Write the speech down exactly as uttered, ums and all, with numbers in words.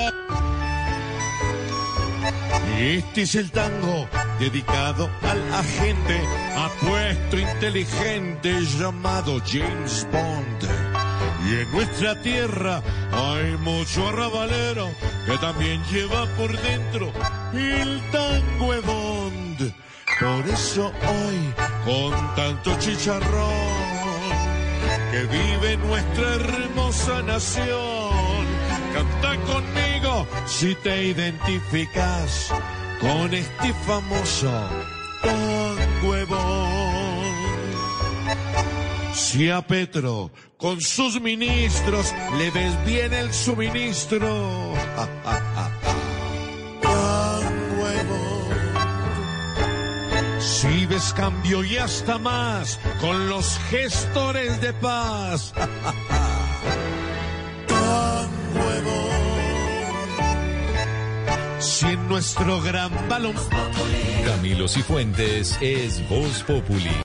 Este es el tango dedicado al agente apuesto inteligente llamado James Bond. Y en nuestra tierra hay mucho arrabalero que también lleva por dentro el tango de Bond. Por eso hoy, con tanto chicharrón que vive nuestra hermosa nación, canta conmigo si te identificas con este famoso tango de Bond. Si a Petro con sus ministros le ves bien el suministro, ja, ja, ja, ja. Tango de Bond. Si ves cambio y hasta más con los gestores de paz, ja, ja, ja. Tango de Bond. Si en nuestro gran balón Camilo Cifuentes es Voz Populi.